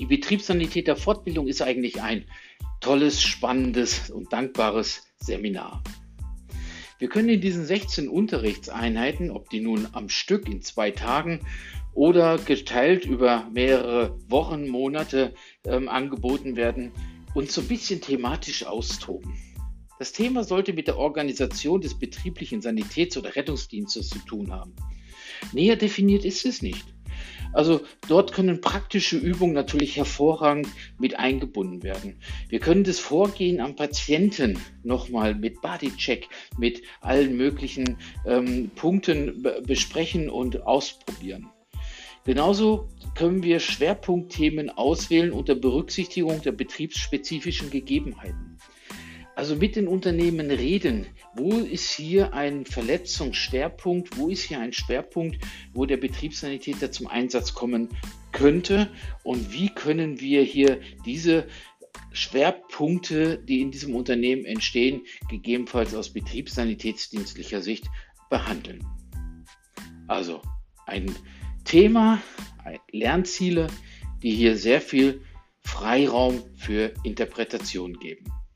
Die Betriebssanitäter-Fortbildung ist eigentlich ein tolles, spannendes und dankbares Seminar. Wir können in diesen 16 Unterrichtseinheiten, ob die nun am Stück in 2 Tagen oder geteilt über mehrere Wochen, Monate angeboten werden, uns so ein bisschen thematisch austoben. Das Thema sollte mit der Organisation des betrieblichen Sanitäts- oder Rettungsdienstes zu tun haben. Näher definiert ist es nicht. Also dort können praktische Übungen natürlich hervorragend mit eingebunden werden. Wir können das Vorgehen am Patienten nochmal mit Bodycheck, mit allen möglichen Punkten besprechen und ausprobieren. Genauso können wir Schwerpunktthemen auswählen unter Berücksichtigung der betriebsspezifischen Gegebenheiten. Also mit den Unternehmen reden, wo ist hier ein Verletzungsschwerpunkt, wo ist hier ein Schwerpunkt, wo der Betriebssanitäter zum Einsatz kommen könnte und wie können wir hier diese Schwerpunkte, die in diesem Unternehmen entstehen, gegebenenfalls aus betriebssanitätsdienstlicher Sicht behandeln. Also ein Thema, Lernziele, die hier sehr viel Freiraum für Interpretation geben.